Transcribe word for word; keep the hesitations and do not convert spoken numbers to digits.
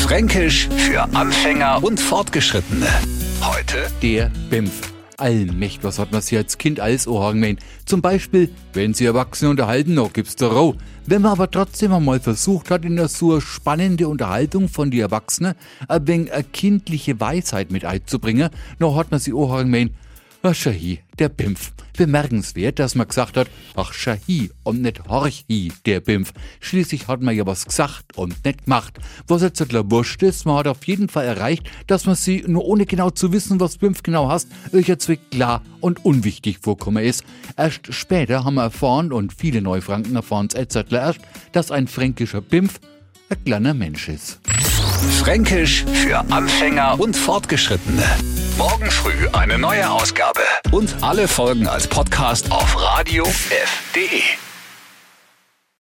Fränkisch für Anfänger und Fortgeschrittene. Heute Der Bimpf. Allmächt, was hat man sich als Kind alles anhagen meinen? Zum Beispiel, wenn sie Erwachsene unterhalten, noch gibt's der Roh. Wenn man aber trotzdem einmal versucht hat, in so eine spannende Unterhaltung von die Erwachsenen ein wenig eine kindliche Weisheit mit einzubringen, noch hat man sie anhagen meinen, ach Schahi, der Bimpf. Bemerkenswert, dass man gesagt hat, ach Schahi und nicht Horchi, der Bimpf. Schließlich hat man ja was gesagt und nicht gemacht. Was jetzt ein bisschen wurscht ist, man hat auf jeden Fall erreicht, dass man sie, nur ohne genau zu wissen, was Bimpf genau heißt, euch jetzt wirklich klar und unwichtig vorkommen ist. Erst später haben wir erfahren, und viele Neufranken erfahren es jetzt erst, dass ein fränkischer Bimpf ein kleiner Mensch ist. Fränkisch für Anfänger und Fortgeschrittene. Morgen früh eine neue Ausgabe. Und alle Folgen als Podcast auf radio punkt f punkt de.